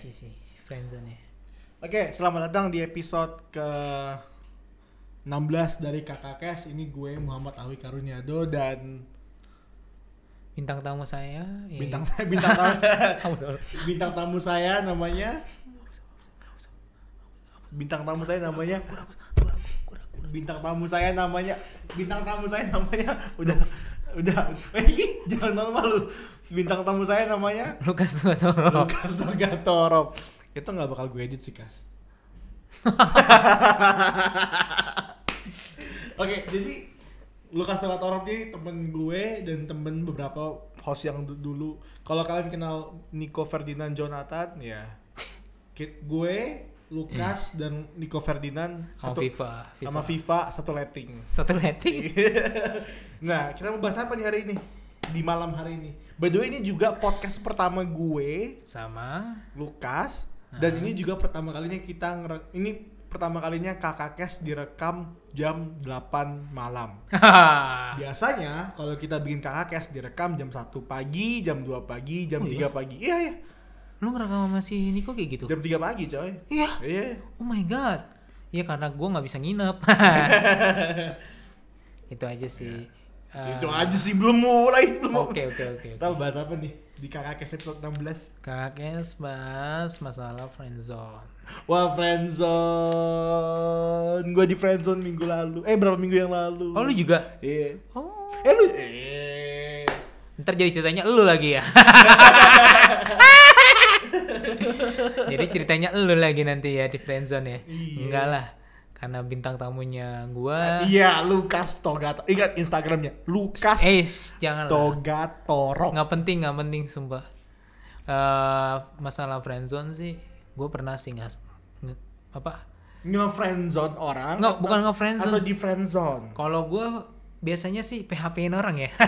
sih friendzone ya. Oke, selamat datang di episode ke-16 dari Kakak Kes. Ini gue Muhammad Awi Karuniado dan Bintang tamu saya bintang tamu saya namanya udah jangan malu. Bintang tamu saya namanya Lukas Togatorov. Itu nggak bakal gue edit sih, Kas. Oke, jadi Lukas Togatorov ini temen gue dan temen beberapa host yang dulu. Kalau kalian kenal Nico Ferdinand Jonathan, ya gue, Lukas dan Nico Ferdinand sama FIFA satu letting. Nah, kita mau bahas apa nih hari ini? Di malam hari ini. By the way, ini juga podcast pertama gue sama Lukas. Dan ini juga pertama kalinya pertama kalinya Kakak Kes direkam jam 8 malam. Biasanya kalau kita bikin Kakak Kes direkam jam 1 pagi, jam 2 pagi, jam 3 pagi. Iya. Lu ngerekam sama si Niko kayak gitu? Jam 3 pagi, coy. Iya. Oh my god. Ya karena gue gak bisa nginep. Itu aja sih. Itu aja sih, belum mulai. Oke. Kita bahas apa nih di Kakak Kes episode 16? Kakak Kes bahas masalah friendzone. Wah, friendzone. Gue di friendzone minggu lalu. Berapa minggu yang lalu? Oh, lu juga? Iya. Oh. Lu Ntar jadi ceritanya lu lagi ya. Jadi ceritanya lu lagi nanti ya di friendzone ya. Iya. Enggak lah. Karena bintang tamunya gua. Iya, Lukas Togatorov. Ingat Instagramnya, Lukas jangan Togatorov. Nggak penting sumpah. Masalah friendzone sih, gue pernah sih nge-friendzone orang. Nggak, bukan nge-friendzone. Atau di friendzone. Kalau gue biasanya sih PHP-in orang ya.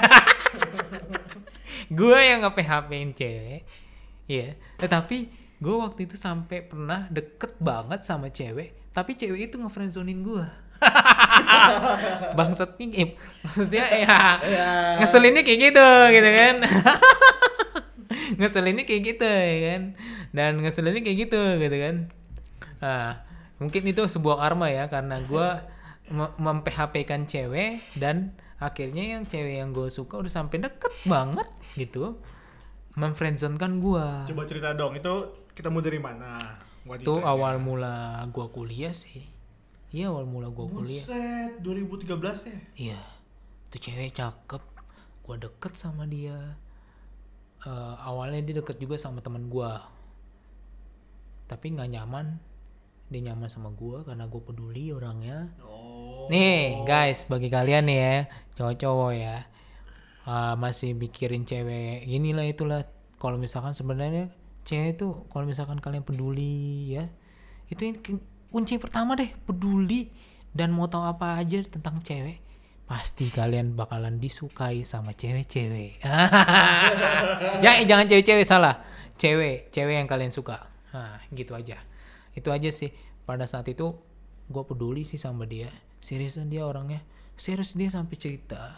Gue yang nge-PHP-in cewek. Iya. Tetapi gue waktu itu sampai pernah deket banget sama cewek. Tapi cewek itu nge-friendzonein gue. Bangsat nih, maksudnya ngeselinnya kayak gitu kan. Ngeselinnya kayak gitu ya kan. Dan ngeselinnya kayak gitu kan. Nah, mungkin itu sebuah karma ya, karena gue mem-PHP-kan cewek dan akhirnya yang cewek yang gue suka udah sampai deket banget gitu, mem-friendzone-kan gue. Coba cerita dong, itu ketemu dari mana? Itu awal mula gue kuliah sih. Iya, awal mula gue kuliah. Buset, 2013 ya? Iya, itu cewek cakep, gue deket sama dia. Awalnya dia deket juga sama teman gue, tapi nggak nyaman. Dia nyaman sama gue karena gue peduli orangnya. Nih guys, bagi kalian nih ya, cowok-cowok ya, masih mikirin cewek inilah itulah. Kalau misalkan sebenarnya cewek itu, kalau misalkan kalian peduli ya, itu kunci pertama deh, peduli dan mau tahu apa aja tentang cewek, pasti kalian bakalan disukai sama cewek-cewek. Jangan cewek-cewek, salah, cewek yang kalian suka. Nah, gitu aja. Itu aja sih. Pada saat itu gue peduli sih sama dia. Seriusan dia orangnya. Serius, dia sampai cerita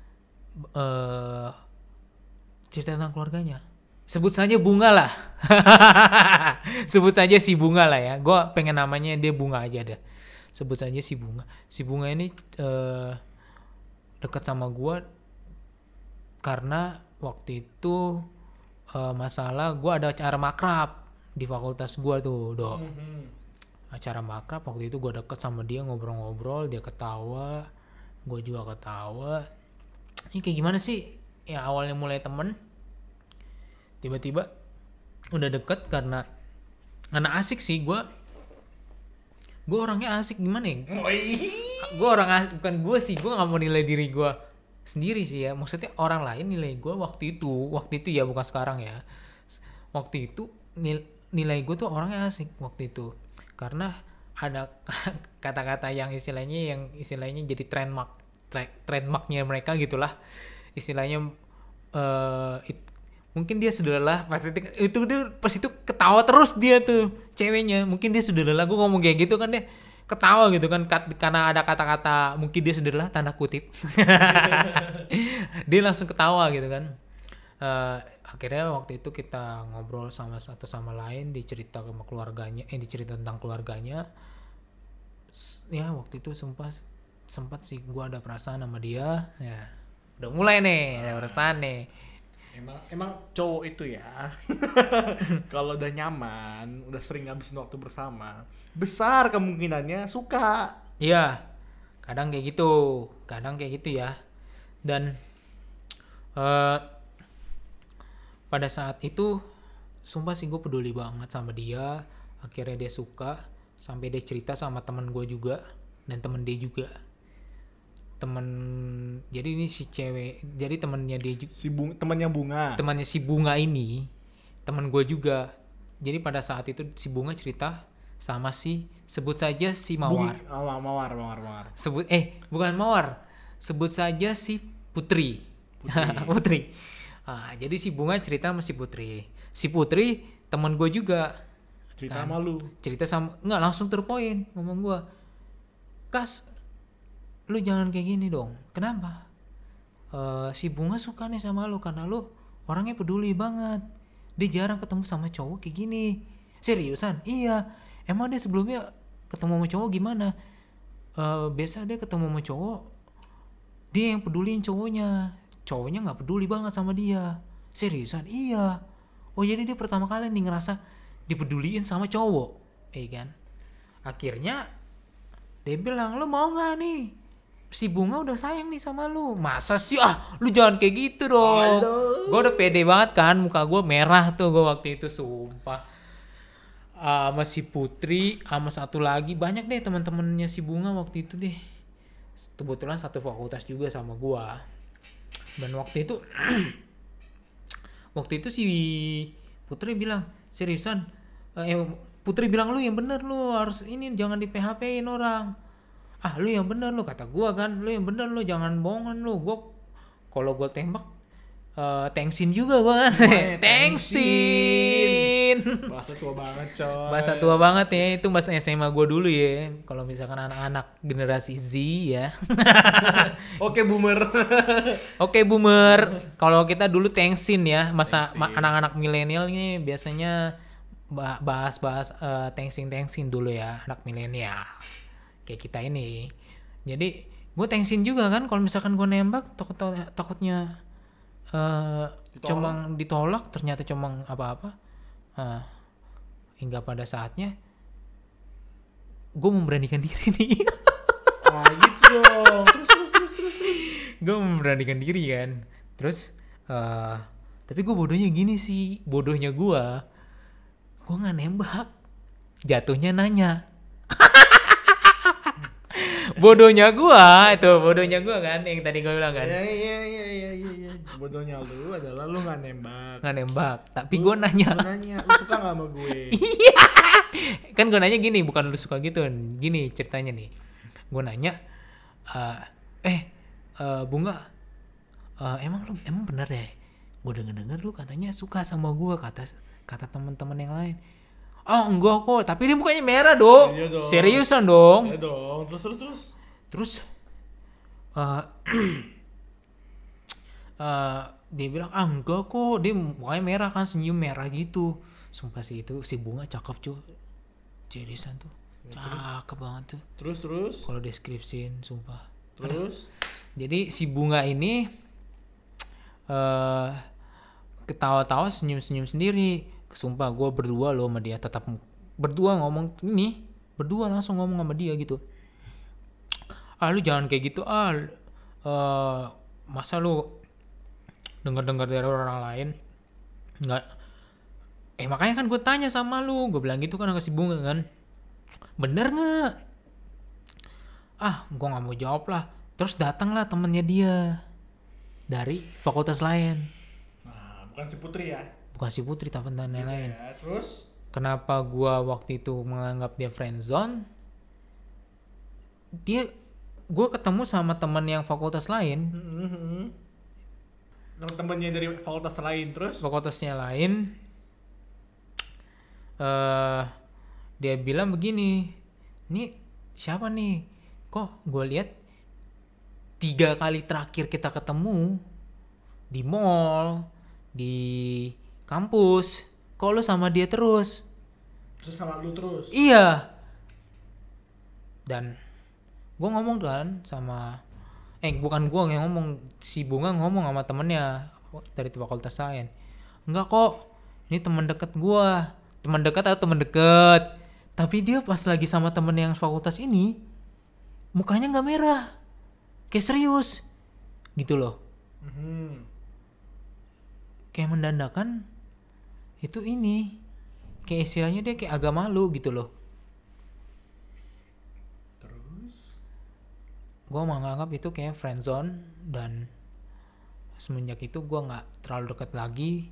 tentang keluarganya. Sebut saja Bunga lah. Sebut saja si Bunga lah ya. Gue pengen namanya dia Bunga aja dah. Sebut saja si Bunga. Si Bunga ini dekat sama gue karena waktu itu masalah gue ada acara makrab di fakultas gue tuh, Dok. Acara makrab waktu itu gue deket sama dia, ngobrol-ngobrol, dia ketawa, gue juga ketawa. Ini kayak gimana sih? Ya awalnya mulai temen, tiba-tiba udah deket karena asik sih. Gue orangnya asik, gimana ya? Gue orang asik, bukan gue sih, gue nggak mau nilai diri gue sendiri sih ya. Maksudnya orang lain nilai gue waktu itu ya, bukan sekarang ya. Waktu itu nilai gue tuh orangnya asik waktu itu, karena ada kata-kata yang istilahnya jadi trademarknya mereka gitulah. Istilahnya mungkin dia sudah lelah pas itu ketawa terus dia tuh ceweknya. Mungkin dia sudah lelah, gue ngomong kayak gitu kan, dia ketawa gitu kan, karena ada kata-kata mungkin dia sudah lelah tanda kutip. Dia langsung ketawa gitu kan. akhirnya waktu itu kita ngobrol sama satu sama lain, dicerita tentang keluarganya. Ya waktu itu sempat sih gue ada perasaan sama dia. Ya udah mulai nih ada perasaan nih. Emang cowok itu ya kalau udah nyaman, udah sering ngabisin waktu bersama, besar kemungkinannya suka. Iya, kadang kayak gitu ya. Dan pada saat itu sumpah sih gue peduli banget sama dia. Akhirnya dia suka, sampai dia cerita sama temen gue juga dan temen dia juga. Jadi ini si cewek, jadi temennya dia juga, Temannya Bunga. temannya si Bunga ini temen gue juga. Jadi pada saat itu si Bunga cerita sama sebut saja si Mawar. Mawar. Bukan Mawar, sebut saja si Putri. Putri. Jadi si Bunga cerita sama si Putri teman gue juga Cerita kan, sama lu. cerita sama, nggak langsung terpoin ngomong gue, Kas, lu jangan kayak gini dong. Kenapa? Si Bunga suka nih sama lu karena lu orangnya peduli banget. Dia jarang ketemu sama cowok kayak gini. Seriusan? Iya. Emang dia sebelumnya ketemu sama cowok gimana? Biasa dia ketemu sama cowok, dia yang peduliin cowoknya nggak peduli banget sama dia. Seriusan? Iya. Oh jadi dia pertama kali nih ngerasa dipeduliin sama cowok, kan? Akhirnya dia bilang, lu mau nggak nih? Si Bunga udah sayang nih sama lu. Masa sih? Lu jangan kayak gitu dong. Gue udah pede banget kan, muka gue merah tuh gue waktu itu, sumpah. Sama si Putri, sama satu lagi, banyak deh teman-temannya si Bunga waktu itu deh. Kebetulan satu fakultas juga sama gue. Dan waktu itu si Putri bilang, seriusan? Putri bilang, lu yang bener, lu harus ini, jangan di PHP-in orang. Lu yang bener lu, kata gua kan, lu yang bener lu, jangan bohongan lu. Gua kalau gua tembak thanksin juga gua kan. Thanksin. Bahasa tua banget, coy. Bahasa tua banget ya, itu bahasa SMA gua dulu ya. Kalau misalkan anak-anak generasi Z ya. Oke, boomer. Oke, boomer. Kalau kita dulu thanksin ya, anak-anak milenial ini biasanya bahas thanksin dulu ya, anak milenial. Kayak kita ini. Jadi gue thanksin juga kan kalau misalkan gue nembak, takutnya comang ditolak, ternyata comang apa-apa. Hingga pada saatnya gue memberanikan diri nih. Gitu dong. Terus. Gue memberanikan diri kan. Terus tapi gue bodohnya gini sih. Bodohnya gue nggak nembak, jatuhnya nanya. bodohnya gua kan yang tadi gue bilang kan. Iya. Bodohnya lu adalah lu nggak nembak. Tapi gue nanya. Lu suka nggak sama gue? Iya. Kan gue nanya gini, bukan lu suka gitu. Gini ceritanya nih. Gue nanya, Bunga, emang bener deh? Gue denger lu katanya suka sama gue, kata teman-teman yang lain. Enggak kok, tapi dia mukanya merah dong. Iya dong. Seriusan dong. Iya dong. Terus. Dia bilang enggak kok, dia mukanya merah kan, senyum merah gitu. Sumpah sih itu si Bunga cakep cuy. Seriusan tuh. Cakep banget tuh. Terus. Kalau deskripsiin sumpah. Terus. Jadi si Bunga ini ketawa-tawa, senyum-senyum sendiri. Sumpah gue berdua loh sama dia, tetap berdua langsung ngomong sama dia gitu. Lu jangan kayak gitu, masa lu dengar dari orang lain nggak. Makanya kan gue tanya sama lu, gue bilang gitu kan sama si Bunga kan, bener nggak? Gue nggak mau jawab lah. Terus datanglah temennya dia dari fakultas lain. Bukan si Putri ya? Bukan si Putri, tapi dan lain-lain. Ya, terus? Kenapa gua waktu itu menganggap dia friendzone? Gua ketemu sama teman yang fakultas lain. Temennya dari fakultas lain, terus? Fakultasnya lain. Dia bilang begini, nih siapa nih? Kok gue lihat 3 kali terakhir kita ketemu di mall, di kampus. Kok lu sama dia terus? Terus sama lu terus. Iya. Dan gue ngomong kan sama bukan gue yang ngomong, si Bunga ngomong sama temennya dari fakultas sains. Enggak kok, ini teman dekat gue. Teman dekat atau teman dekat. Tapi dia pas lagi sama temen yang fakultas ini, mukanya nggak merah, kayak serius gitu loh. Kayak mendandakan itu ini, kayak istilahnya dia kayak agak malu gitu loh. Terus Gue menganggap itu kayak friendzone, dan semenjak itu gue nggak terlalu dekat lagi.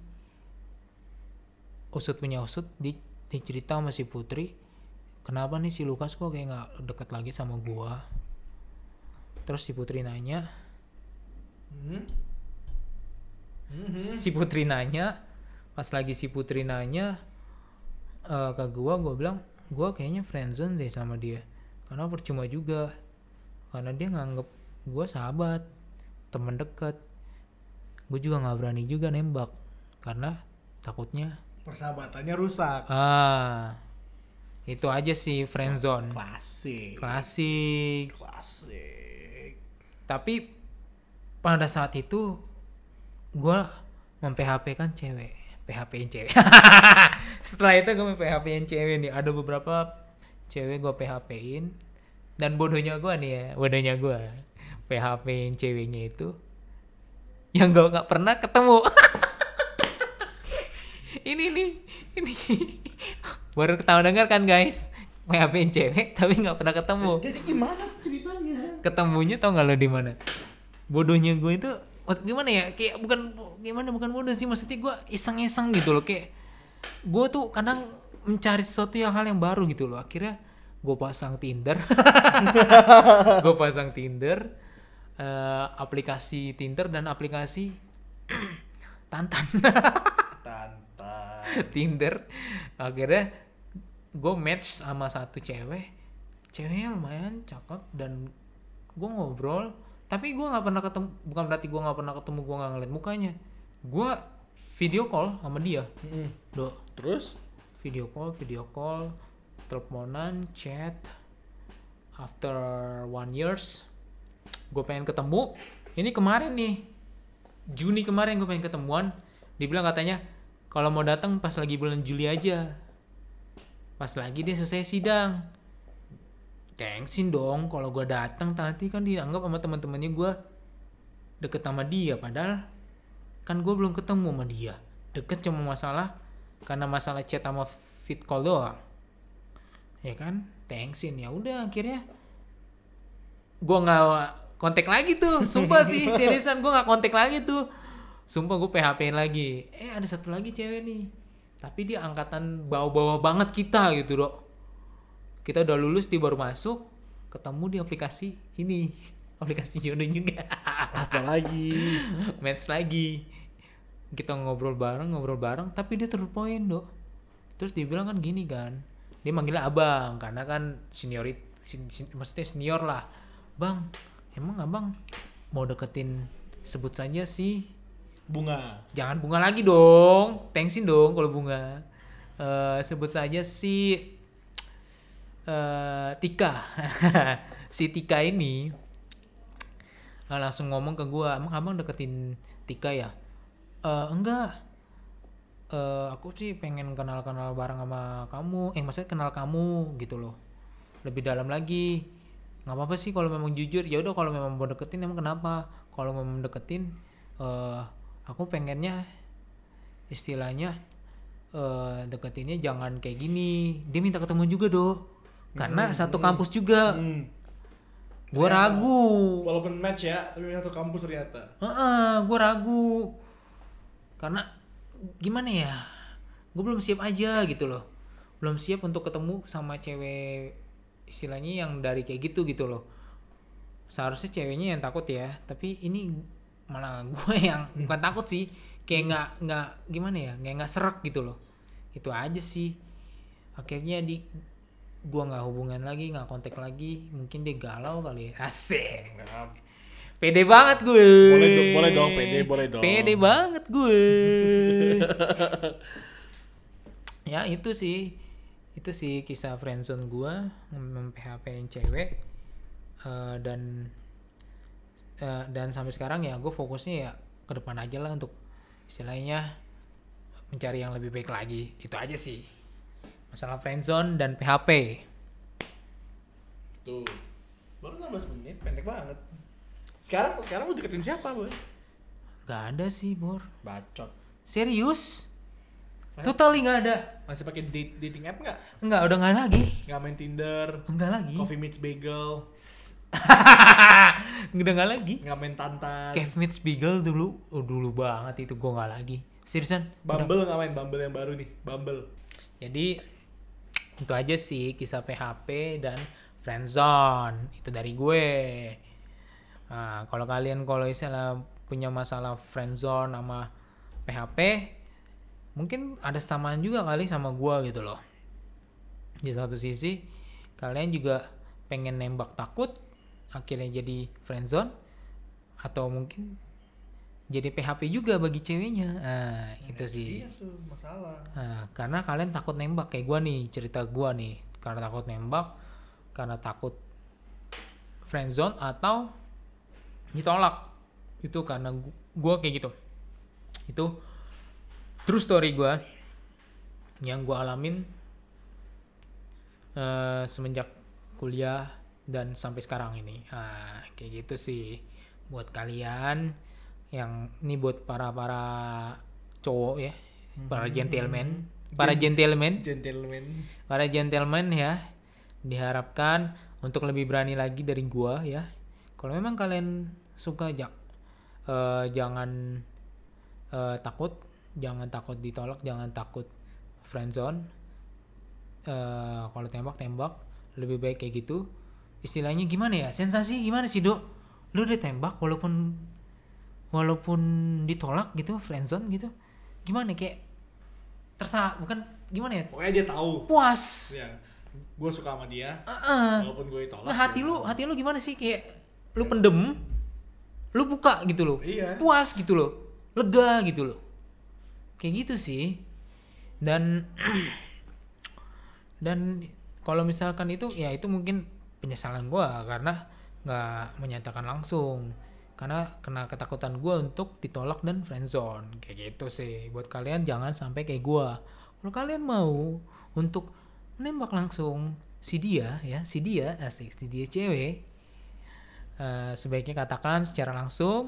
Usut punya usut, dicerita sama si Putri, kenapa nih si Lukas kok kayak nggak deket lagi sama gue. Terus si Putri nanya, pas lagi si Putri nanya ke gue bilang gue kayaknya friendzone deh sama dia, karena percuma juga, karena dia nganggep gue sahabat, teman dekat. Gue juga nggak berani juga nembak karena takutnya persahabatannya rusak. Itu aja sih friendzone. Klasik. Tapi pada saat itu gue mem-PHP-kan cewek. PHP-in cewek. Setelah itu gue mem-PHP-in cewek nih. Ada beberapa cewek gue PHP-in. Dan bodohnya gue PHP-in ceweknya itu yang gue gak pernah ketemu. ini baru ketahuan dengar kan guys, PHP-in cewek tapi nggak pernah ketemu. Jadi gimana ceritanya? Ketemunya tau nggak lo di mana? Bodohnya gue itu gimana ya, kayak bukan bodoh sih, maksudnya gue iseng-iseng gitu loh, kayak gue tuh kadang mencari sesuatu hal yang baru gitu loh. Akhirnya gue pasang Tinder. Aplikasi Tinder dan aplikasi Tantan. Tinder. Akhirnya gue match sama satu ceweknya lumayan cakep, dan gue ngobrol, tapi gue nggak pernah ketemu. Bukan berarti gue nggak pernah ketemu, gue nggak ngeliat mukanya. Gue video call sama dia. Terus video call, teleponan, chat. After 1 years gue pengen ketemu. Ini kemarin nih, Juni kemarin gue pengen ketemuan. Dibilang katanya kalau mau datang pas lagi bulan Juli aja, pas lagi dia selesai sidang. Thanksin dong, kalau gue datang nanti kan dianggap sama teman-temannya gue deket sama dia, padahal kan gue belum ketemu sama dia. Deket cuma karena masalah chat sama fit call doang, ya kan? Thanksin, ya udah akhirnya gue nggak kontak lagi tuh, sumpah sih, seriusan gue nggak kontak lagi tuh. Sumpah gue PHP-in lagi. Ada satu lagi cewek nih, tapi dia angkatan bawah-bawah banget kita gitu dok. Kita udah lulus, dia baru masuk, ketemu di aplikasi ini, aplikasi jodoh juga. apa lagi? Match lagi. Kita ngobrol bareng, tapi dia to the point dok. Terus dia bilang kan gini kan, dia manggilnya abang karena kan maksudnya senior lah. Bang, emang abang mau deketin, sebut saja si Bunga. Jangan Bunga lagi dong, thanksin dong kalau Bunga. Sebut saja si Tika. Si Tika ini langsung ngomong ke gue, emang abang deketin Tika ya? Enggak, aku sih pengen kenal bareng sama kamu. Maksudnya kenal kamu gitu loh, lebih dalam lagi. Nggak apa-apa sih kalau memang jujur. Ya udah, kalau memang mau deketin emang kenapa? Kalau memang deketin, aku pengennya istilahnya deketinnya jangan kayak gini. Dia minta ketemu juga karena satu kampus juga. Gue ragu. Walaupun match ya, tapi satu kampus ternyata. Gue ragu karena gimana ya, gue belum siap aja gitu loh. Belum siap untuk ketemu sama cewek istilahnya yang dari kayak gitu loh. Seharusnya ceweknya yang takut ya, tapi ini malah gue yang bukan takut sih, kayak nggak gimana ya, nggak serak gitu loh. Itu aja sih. Akhirnya gue nggak hubungan lagi, nggak kontak lagi. Mungkin dia galau kali ya. Asik. Pede banget gue. Boleh dong, boleh dong. Pede banget gue. Ya itu sih kisah friendzone gue, mem-PHP-in cewek. Dan sampai sekarang ya gue fokusnya ya ke depan aja lah untuk istilahnya mencari yang lebih baik lagi. Itu aja sih masalah friendzone dan PHP. Tuh baru 16 menit, pendek banget. Sekarang lu deketin siapa, Boy? Gak ada sih, Bor. Bacot. Serius? Totally gak ada. Masih pakai dating app nggak? Enggak, udah gak lagi. Nggak main Tinder? Enggak lagi. Coffee Meets Bagel? Udah gak lagi. Nggak main Tantan? Cafe Meets Beagle dulu banget itu, gue gak lagi. Seriusan? Bumble nggak main? Bumble yang baru nih, Bumble. Jadi itu aja sih kisah PHP dan friendzone. Itu dari gue. Nah, kalau istilah punya masalah friendzone sama PHP, mungkin ada samaan juga kali sama gue gitu loh. Di satu sisi kalian juga pengen nembak takut, akhirnya jadi friendzone, atau mungkin jadi PHP juga bagi ceweknya. Nah, itu sih. Iya tuh masalah. Nah, karena kalian takut nembak kayak gue nih, cerita gue nih, karena takut nembak, karena takut friendzone atau ditolak. Itu karena gue kayak gitu. Itu true story gue yang gue alamin semenjak kuliah dan sampai sekarang ini. Nah, kayak gitu sih buat kalian yang ini, buat para cowok ya, para gentleman ya, diharapkan untuk lebih berani lagi dari gua ya. Kalau memang kalian suka jangan takut ditolak, jangan takut friendzone. Kalau tembak lebih baik kayak gitu. Istilahnya gimana ya, sensasi gimana sih, Dok? Lu udah tembak walaupun ditolak gitu, friendzone gitu, gimana, kayak terserah, bukan gimana ya, Pokoknya dia tahu puas ya, gue suka sama dia walaupun gue ditolak. Nah, hati lu gimana sih, kayak lu pendem, lu buka gitu loh. Iya. Puas gitu loh, lega gitu loh, kayak gitu sih. Dan kalau misalkan itu ya, itu mungkin penyesalan gue karena nggak menyatakan langsung, karena kena ketakutan gue untuk ditolak dan friendzone, kayak gitu sih. Buat kalian jangan sampai kayak gue. Kalau kalian mau untuk menembak langsung si dia cewek, sebaiknya katakan secara langsung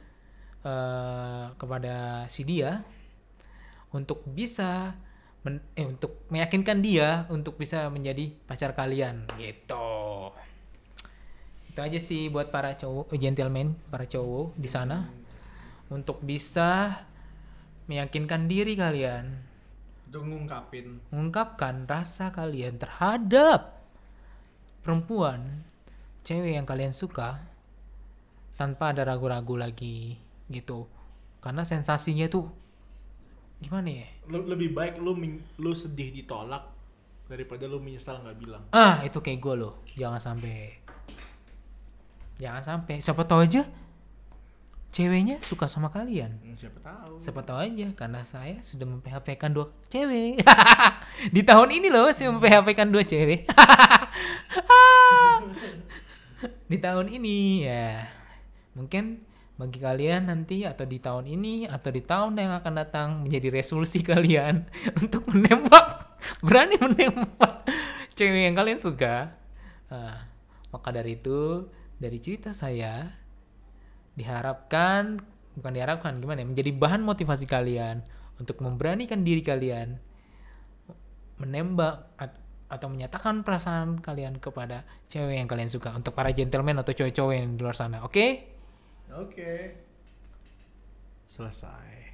kepada si dia untuk bisa untuk meyakinkan dia untuk bisa menjadi pacar kalian gitu. Itu aja sih buat para cowok, gentleman, para cowok di sana, untuk bisa meyakinkan diri kalian, untuk mengungkapkan rasa kalian terhadap perempuan, cewek yang kalian suka, tanpa ada ragu-ragu lagi gitu. Karena sensasinya tuh gimana ya? Lebih baik lu sedih ditolak daripada lu menyesal nggak bilang. Itu kayak gue loh. Jangan sampai. Siapa tahu aja ceweknya suka sama kalian. Siapa tahu aja, karena saya sudah mem-PHP-kan 2 cewek. Di tahun ini loh saya mem-PHP-kan 2 cewek. Di tahun ini ya. Mungkin bagi kalian nanti, atau di tahun ini, atau di tahun yang akan datang, menjadi resolusi kalian untuk berani menembak cewek yang kalian suka. Maka dari itu, dari cerita saya, menjadi bahan motivasi kalian untuk memberanikan diri kalian menembak atau menyatakan perasaan kalian kepada cewek yang kalian suka. Untuk para gentleman atau cowok-cowok yang di luar sana, oke? Selesai.